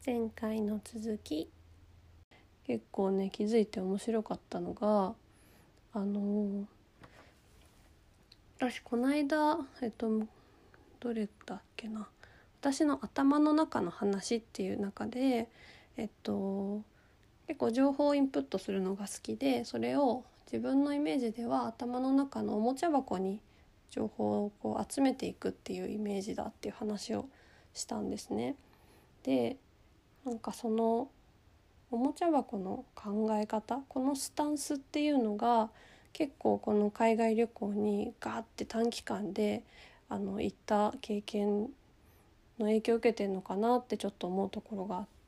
前回の続き。結構ね気づいて面白かったのが私この間どれだっけな、私の頭の中の話っていう中で結構情報をインプットするのが好きで、それを自分のイメージでは頭の中のおもちゃ箱に情報をこう集めていくっていうイメージだっていう話をしたんですね。でなんかそのおもちゃ箱の考え方、このスタンスっていうのが結構この海外旅行にガーって短期間で行った経験の影響を受けてるのかなってちょっと思うところがあって、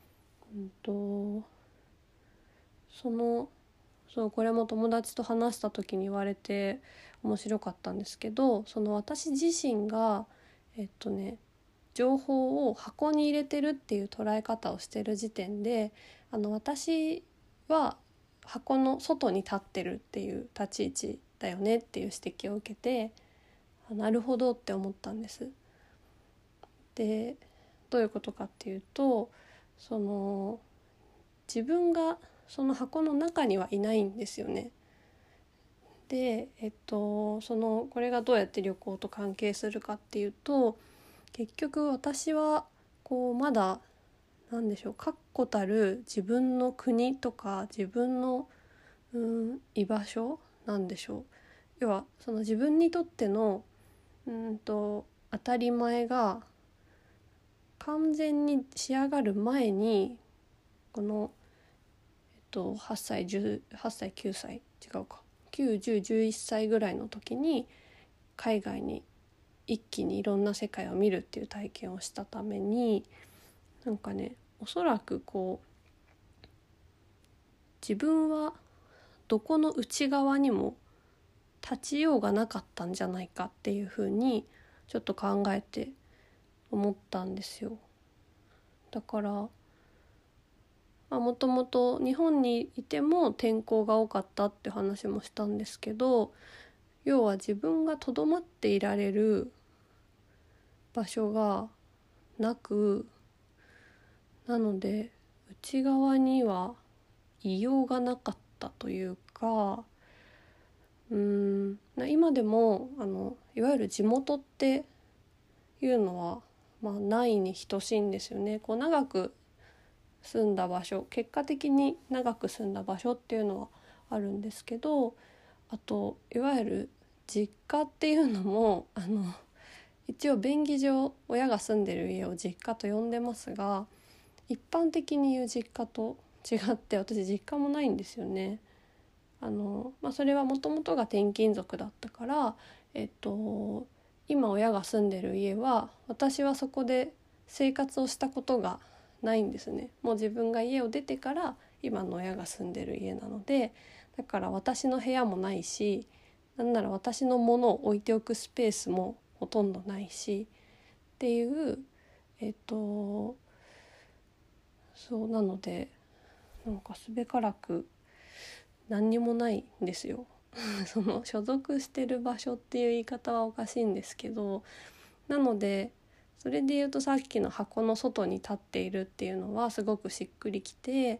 これも友達と話した時に言われて面白かったんですけど、その私自身が情報を箱に入れてるっていう捉え方をしてる時点で私は箱の外に立ってるっていう立ち位置だよねっていう指摘を受けて、なるほどって思ったんです。でどういうことかっていうと、自分がその箱の中にはいないんですよね。で、これがどうやって旅行と関係するかっていうと、結局私はまだ確固たる自分の国とか自分の居場所要はその自分にとっての当たり前が完全に仕上がる前に、この8歳9歳違うか9、10、11歳ぐらいの時に海外に一気にいろんな世界を見るっていう体験をしたために、おそらく自分はどこの内側にも立ちようがなかったんじゃないかっていうふうにちょっと考えて思ったんですよ。だからもともと日本にいても天候が多かったって話もしたんですけど、要は自分がとどまっていられる場所がなく、なので内側にはいようがなかったというか、今でもいわゆる地元っていうのはないに等しいんですよね。長く住んだ場所、結果的に長く住んだ場所っていうのはあるんですけど、あといわゆる実家っていうのも一応便宜上親が住んでる家を実家と呼んでますが、一般的に言う実家と違って私実家もないんですよね。それはもともとが転勤族だったから、今親が住んでる家は私はそこで生活をしたことがないんですね。もう自分が家を出てから今の親が住んでる家なので、だから私の部屋もないし、なんなら私のものを置いておくスペースもほとんどないしっていうそうなので、すべからく何にもないんですよその所属してる場所っていう言い方はおかしいんですけど、なのでそれで言うとさっきの箱の外に立っているっていうのはすごくしっくりきて、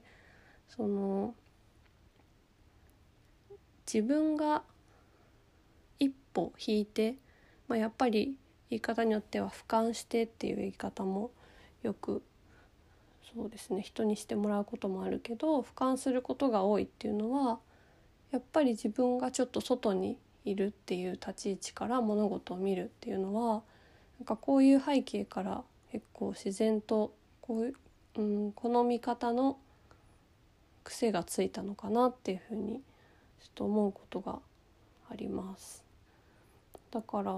自分が一歩引いて、やっぱり言い方によっては俯瞰してっていう言い方もよくそうですね、人にしてもらうこともあるけど、俯瞰することが多いっていうのはやっぱり自分がちょっと外にいるっていう立ち位置から物事を見るっていうのはこういう背景から結構自然とこの見方の癖がついたのかなっていうふうにちょっと思うことがあります。だから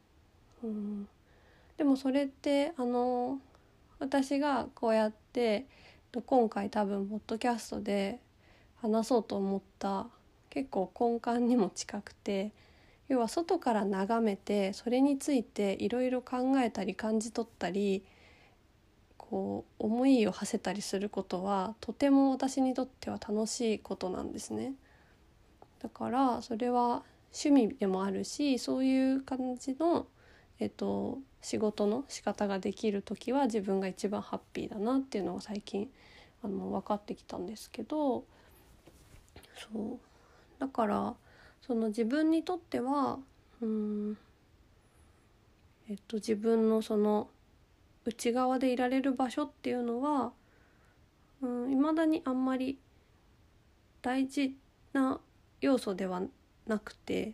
でもそれって私がこうやって今回多分ポッドキャストで話そうと思った結構根幹にも近くて、要は外から眺めてそれについていろいろ考えたり感じ取ったり思いを馳せたりすることはとても私にとっては楽しいことなんですね。だからそれは趣味でもあるし、そういう感じの仕事の仕方ができる時は自分が一番ハッピーだなっていうのが最近分かってきたんですけど、そうだからその自分にとっては自分のその内側でいられる場所っていうのは未だにあんまり大事な要素ではなくて、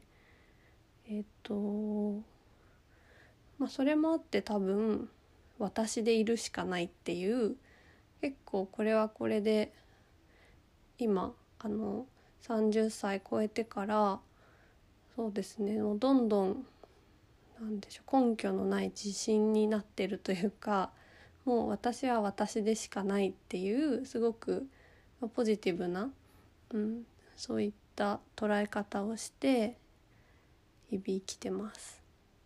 それもあって多分私でいるしかないっていう、結構これはこれで今30歳超えてからそうですね、もうどんどんなんでしょう、根拠のない自信になってるというか、もう私は私でしかないっていうすごくポジティブな、そういった捉え方をして日々生きてます。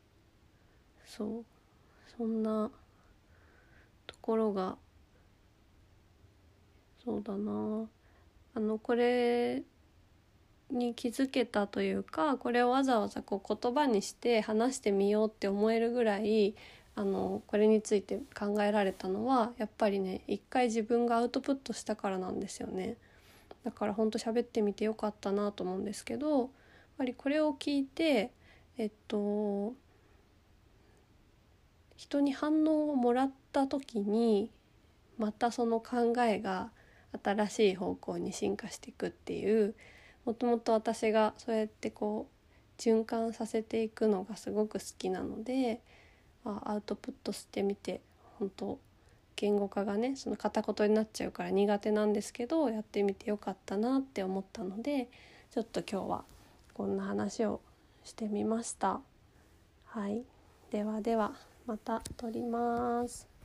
そんなところがそうだな、これに気づけたというか、これをわざわざこう言葉にして話してみようって思えるぐらいこれについて考えられたのはやっぱりね、一回自分がアウトプットしたからなんですよね。だから本当喋ってみてよかったなと思うんですけど、やっぱりこれを聞いて人に反応をもらった時にまたその考えが新しい方向に進化していくっていう、もともと私がそうやってこう循環させていくのがすごく好きなので、アウトプットしてみて、本当言語化がねその片言になっちゃうから苦手なんですけど、やってみてよかったなって思ったので、ちょっと今日はこんな話をしてみました。はい、ではではまた撮ります。